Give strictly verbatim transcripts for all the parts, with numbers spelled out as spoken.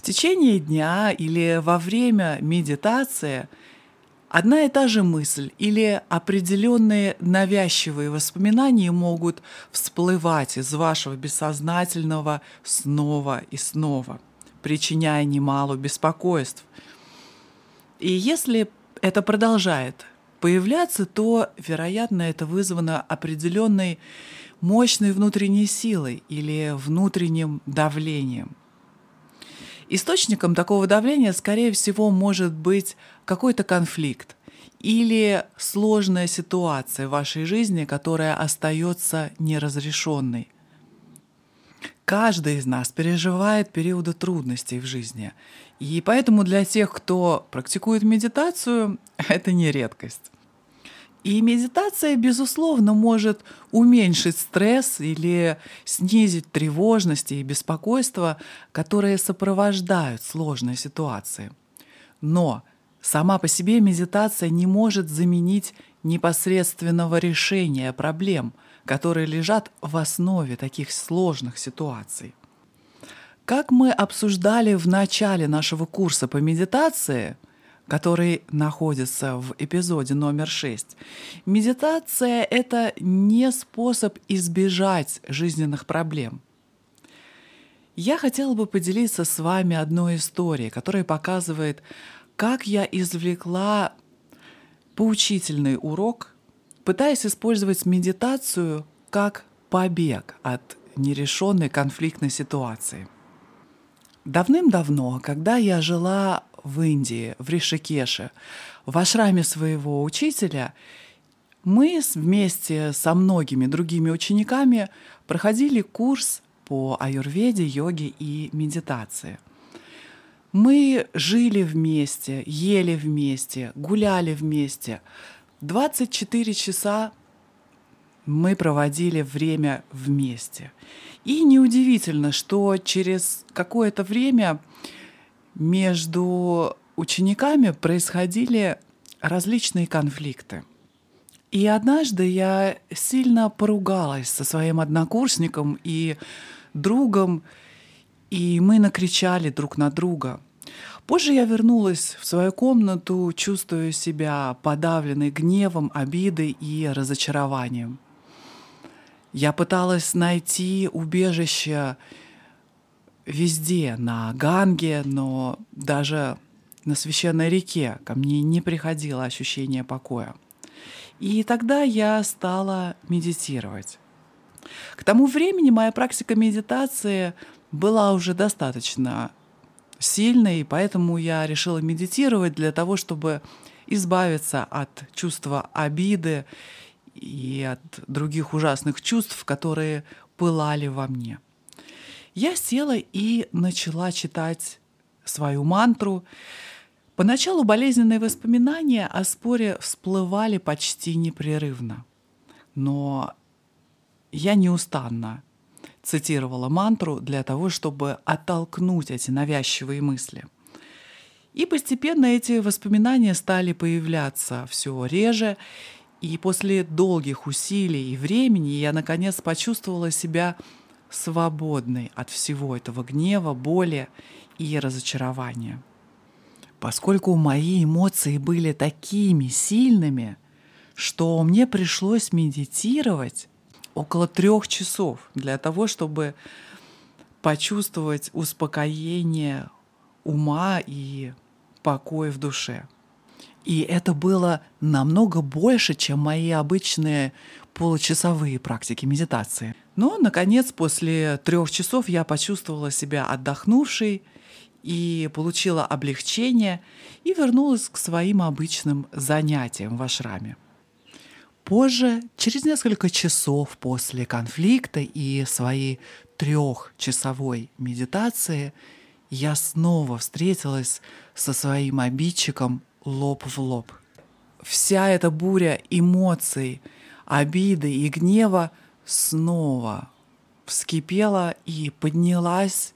течение дня или во время медитации одна и та же мысль или определенные навязчивые воспоминания могут всплывать из вашего бессознательного снова и снова, причиняя немало беспокойств. И если это продолжает появляться, то, вероятно, это вызвано определенной мощной внутренней силой или внутренним давлением. Источником такого давления, скорее всего, может быть какой-то конфликт или сложная ситуация в вашей жизни, которая остается неразрешенной. Каждый из нас переживает периоды трудностей в жизни, и поэтому для тех, кто практикует медитацию, это не редкость. И медитация, безусловно, может уменьшить стресс или снизить тревожность и беспокойство, которые сопровождают сложные ситуации. Но сама по себе медитация не может заменить непосредственного решения проблем, которые лежат в основе таких сложных ситуаций. Как мы обсуждали в начале нашего курса по медитации, который находится в эпизоде номер шесть. Медитация — это не способ избежать жизненных проблем. Я хотела бы поделиться с вами одной историей, которая показывает, как я извлекла поучительный урок, пытаясь использовать медитацию как побег от нерешенной конфликтной ситуации. Давным-давно, когда я жила в Индии, в Ришикеше, в ашраме своего учителя, мы вместе со многими другими учениками проходили курс по аюрведе, йоге и медитации. Мы жили вместе, ели вместе, гуляли вместе. двадцать четыре часа мы проводили время вместе. И неудивительно, что через какое-то время между учениками происходили различные конфликты. И однажды я сильно поругалась со своим однокурсником и другом, и мы накричали друг на друга. Позже я вернулась в свою комнату, чувствуя себя подавленной гневом, обидой и разочарованием. Я пыталась найти убежище везде, на Ганге, но даже на священной реке ко мне не приходило ощущение покоя. И тогда я стала медитировать. К тому времени моя практика медитации была уже достаточно сильной, поэтому я решила медитировать для того, чтобы избавиться от чувства обиды и от других ужасных чувств, которые пылали во мне. Я села и начала читать свою мантру. Поначалу болезненные воспоминания о споре всплывали почти непрерывно. Но я неустанно цитировала мантру для того, чтобы оттолкнуть эти навязчивые мысли. И постепенно эти воспоминания стали появляться все реже, и после долгих усилий и времени я, наконец, почувствовала себя свободной от всего этого гнева, боли и разочарования. Поскольку мои эмоции были такими сильными, что мне пришлось медитировать около трех часов для того, чтобы почувствовать успокоение ума и покой в душе. И это было намного больше, чем мои обычные получасовые практики медитации. Но, наконец, после трех часов я почувствовала себя отдохнувшей и получила облегчение и вернулась к своим обычным занятиям в ашраме. Позже, через несколько часов после конфликта и своей трехчасовой медитации, я снова встретилась со своим обидчиком лоб в лоб. Вся эта буря эмоций, обиды и гнева снова вскипела и поднялась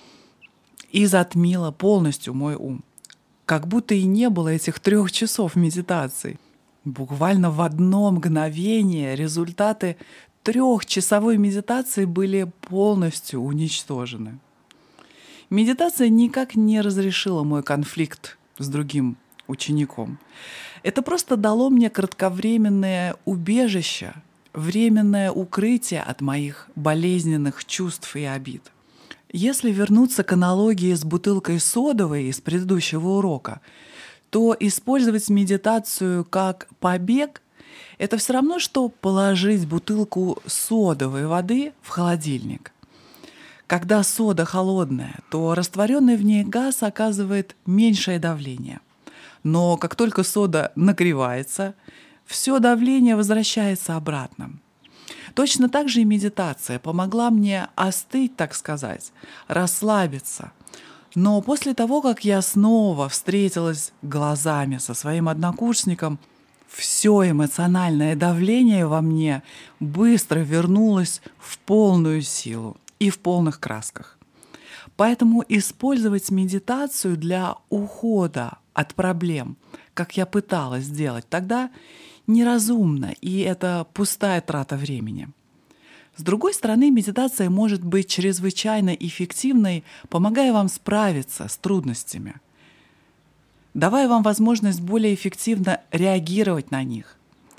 и затмила полностью мой ум. Как будто и не было этих трех часов медитации. Буквально в одно мгновение результаты трехчасовой медитации были полностью уничтожены. Медитация никак не разрешила мой конфликт с другим учеником. Это просто дало мне кратковременное убежище, временное укрытие от моих болезненных чувств и обид. Если вернуться к аналогии с бутылкой содовой из предыдущего урока, то использовать медитацию как побег — это все равно, что положить бутылку содовой воды в холодильник. Когда сода холодная, то растворенный в ней газ оказывает меньшее давление. Но как только сода нагревается, все давление возвращается обратно. Точно так же и медитация помогла мне остыть, так сказать, расслабиться. Но после того, как я снова встретилась глазами со своим однокурсником, все эмоциональное давление во мне быстро вернулось в полную силу и в полных красках. Поэтому использовать медитацию для ухода от проблем, как я пыталась сделать тогда, неразумно, и это пустая трата времени. С другой стороны, медитация может быть чрезвычайно эффективной, помогая вам справиться с трудностями, давая вам возможность более эффективно реагировать на них.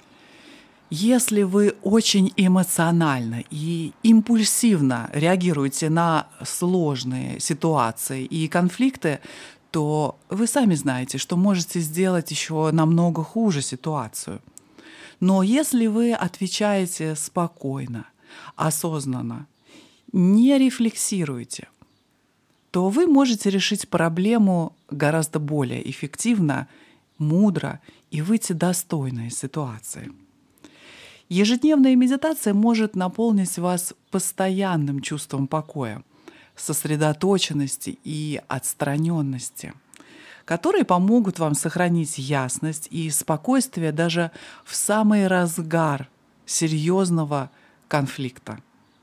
Если вы очень эмоционально и импульсивно реагируете на сложные ситуации и конфликты, то вы сами знаете, что можете сделать еще намного хуже ситуацию. Но если вы отвечаете спокойно, осознанно, не рефлексируете, то вы можете решить проблему гораздо более эффективно, мудро и выйти достойно из ситуации. Ежедневная медитация может наполнить вас постоянным чувством покоя, сосредоточенности и отстраненности, которые помогут вам сохранить ясность и спокойствие даже в самый разгар серьезного конфликта.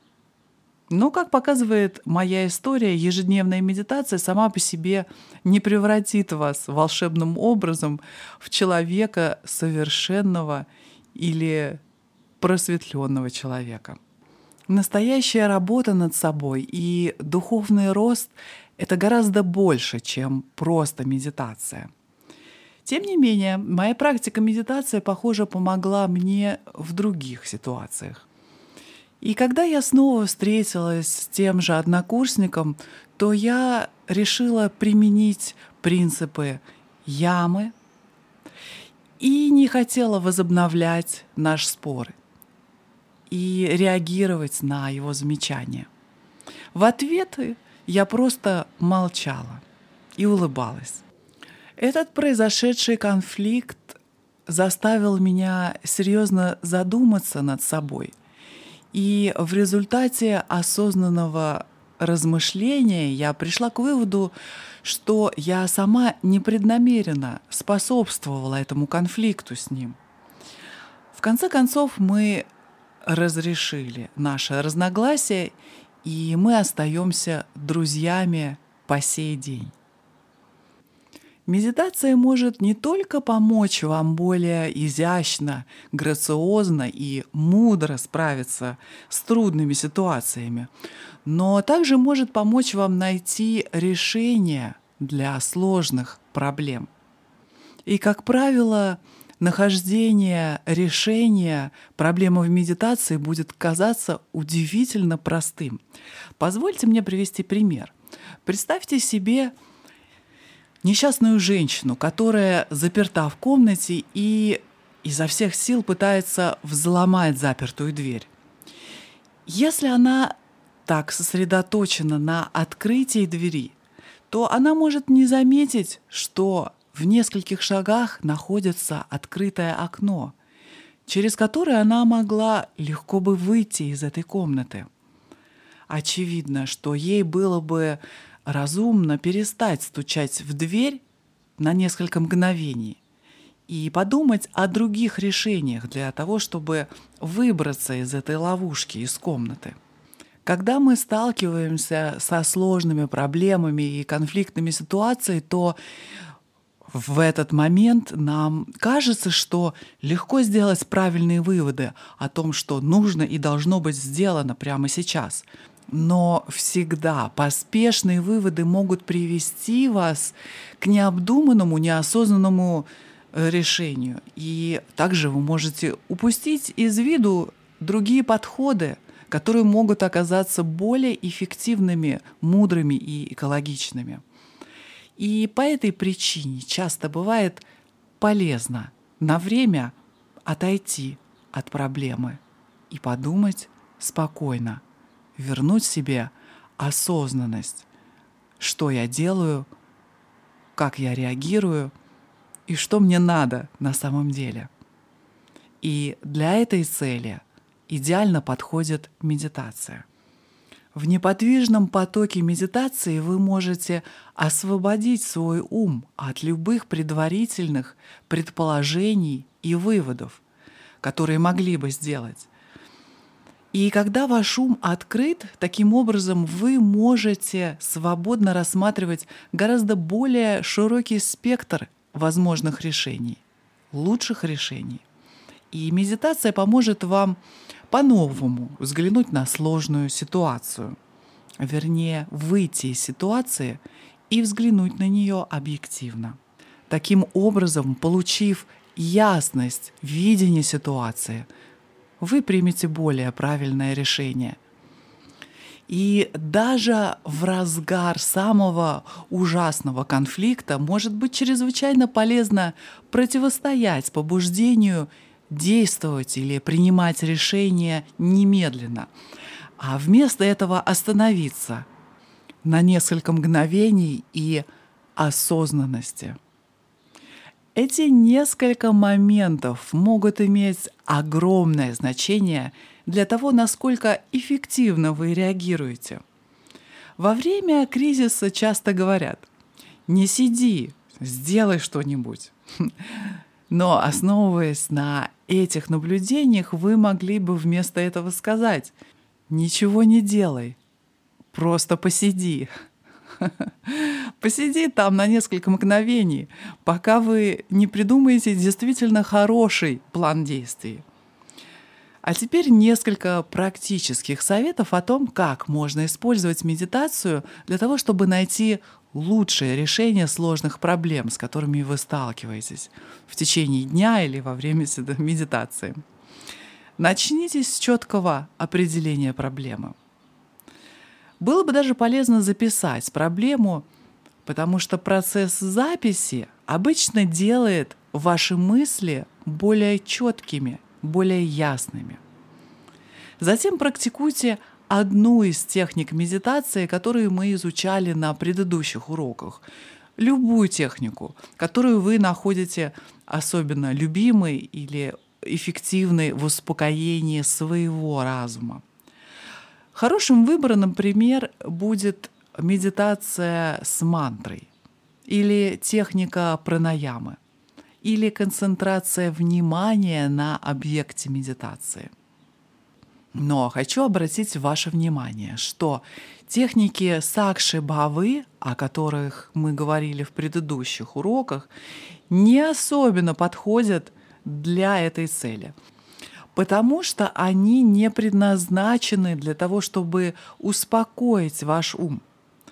Но, как показывает моя история, ежедневная медитация сама по себе не превратит вас волшебным образом в человека совершенного или просветленного человека. Настоящая работа над собой и духовный рост — это гораздо больше, чем просто медитация. Тем не менее, моя практика медитации, похоже, помогла мне в других ситуациях. И когда я снова встретилась с тем же однокурсником, то я решила применить принципы ямы и не хотела возобновлять наш спор и реагировать на его замечания. В ответ я просто молчала и улыбалась. Этот произошедший конфликт заставил меня серьезно задуматься над собой. И в результате осознанного размышления я пришла к выводу, что я сама непреднамеренно способствовала этому конфликту с ним. В конце концов, мы разрешили наше разногласие, и мы остаемся друзьями по сей день. Медитация может не только помочь вам более изящно, грациозно и мудро справиться с трудными ситуациями, но также может помочь вам найти решение для сложных проблем. И, как правило, нахождение решения проблемы в медитации будет казаться удивительно простым. Позвольте мне привести пример. Представьте себе несчастную женщину, которая заперта в комнате и изо всех сил пытается взломать запертую дверь. Если она так сосредоточена на открытии двери, то она может не заметить, что в нескольких шагах находится открытое окно, через которое она могла легко бы выйти из этой комнаты. Очевидно, что ей было бы разумно перестать стучать в дверь на несколько мгновений и подумать о других решениях для того, чтобы выбраться из этой ловушки, из комнаты. Когда мы сталкиваемся со сложными проблемами и конфликтными ситуациями, то в этот момент нам кажется, что легко сделать правильные выводы о том, что нужно и должно быть сделано прямо сейчас. Но всегда поспешные выводы могут привести вас к необдуманному, неосознанному э, решению. И также вы можете упустить из виду другие подходы, которые могут оказаться более эффективными, мудрыми и экологичными. И по этой причине часто бывает полезно на время отойти от проблемы и подумать спокойно, вернуть себе осознанность, что я делаю, как я реагирую и что мне надо на самом деле. И для этой цели идеально подходит медитация. В неподвижном потоке медитации вы можете освободить свой ум от любых предварительных предположений и выводов, которые могли бы сделать. И когда ваш ум открыт, таким образом вы можете свободно рассматривать гораздо более широкий спектр возможных решений, лучших решений. И медитация поможет вам по-новому взглянуть на сложную ситуацию, вернее, выйти из ситуации и взглянуть на нее объективно. Таким образом, получив ясность видения ситуации, вы примете более правильное решение. И даже в разгар самого ужасного конфликта может быть чрезвычайно полезно противостоять побуждению действовать или принимать решения немедленно, а вместо этого остановиться на несколько мгновений и осознанности. Эти несколько моментов могут иметь огромное значение для того, насколько эффективно вы реагируете. Во время кризиса часто говорят: «Не сиди, сделай что-нибудь». Но, основываясь на этих наблюдениях, вы могли бы вместо этого сказать: «Ничего не делай, просто посиди». Посиди там на несколько мгновений, пока вы не придумаете действительно хороший план действий. А теперь несколько практических советов о том, как можно использовать медитацию для того, чтобы найти лучшее решение сложных проблем, с которыми вы сталкиваетесь в течение дня или во время медитации. Начните с четкого определения проблемы. Было бы даже полезно записать проблему, потому что процесс записи обычно делает ваши мысли более четкими, более ясными. Затем практикуйте одну из техник медитации, которые мы изучали на предыдущих уроках. Любую технику, которую вы находите особенно любимой или эффективной в успокоении своего разума. Хорошим выбором, например, будет медитация с мантрой, или техника пранаямы, или концентрация внимания на объекте медитации. Но хочу обратить ваше внимание, что техники сакши-бхавы, о которых мы говорили в предыдущих уроках, не особенно подходят для этой цели, потому что они не предназначены для того, чтобы успокоить ваш ум,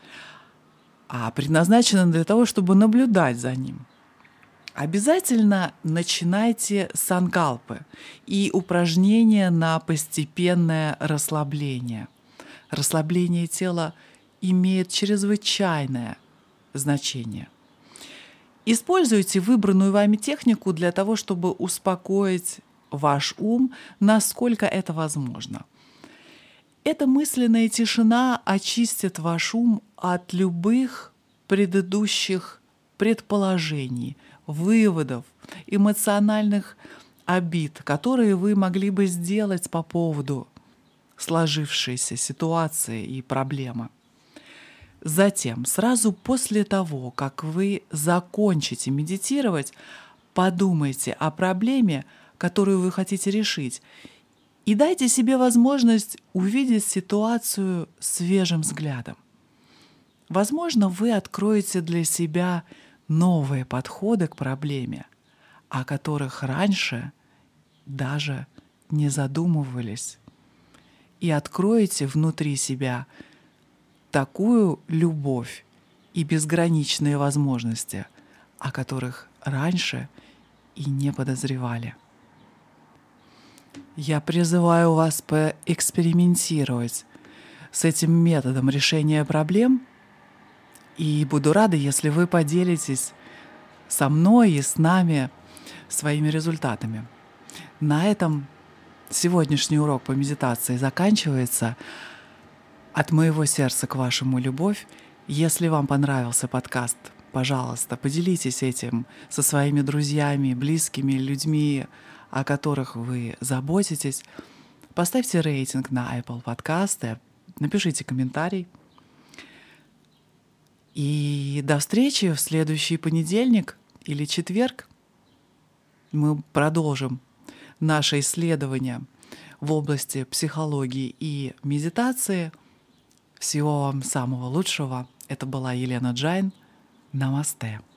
а предназначены для того, чтобы наблюдать за ним. Обязательно начинайте с санкалпы и упражнения на постепенное расслабление. Расслабление тела имеет чрезвычайное значение. Используйте выбранную вами технику для того, чтобы успокоить ваш ум, насколько это возможно. Эта мысленная тишина очистит ваш ум от любых предыдущих предположений, выводов, эмоциональных обид, которые вы могли бы сделать по поводу сложившейся ситуации и проблемы. Затем, сразу после того, как вы закончите медитировать, подумайте о проблеме, которую вы хотите решить, и дайте себе возможность увидеть ситуацию свежим взглядом. Возможно, вы откроете для себя новые подходы к проблеме, о которых раньше даже не задумывались. и откроете внутри себя такую любовь и безграничные возможности, о которых раньше и не подозревали. Я призываю вас поэкспериментировать с этим методом решения проблем, и буду рада, если вы поделитесь со мной и с нами своими результатами. На этом сегодняшний урок по медитации заканчивается. От моего сердца к вашему любовь. Если вам понравился подкаст, пожалуйста, поделитесь этим со своими друзьями, близкими, людьми, о которых вы заботитесь. Поставьте рейтинг на Apple подкасты, напишите комментарий. И до встречи в следующий понедельник или четверг. Мы продолжим наше исследование в области психологии и медитации. Всего вам самого лучшего. Это была Елена Джайн. Намасте.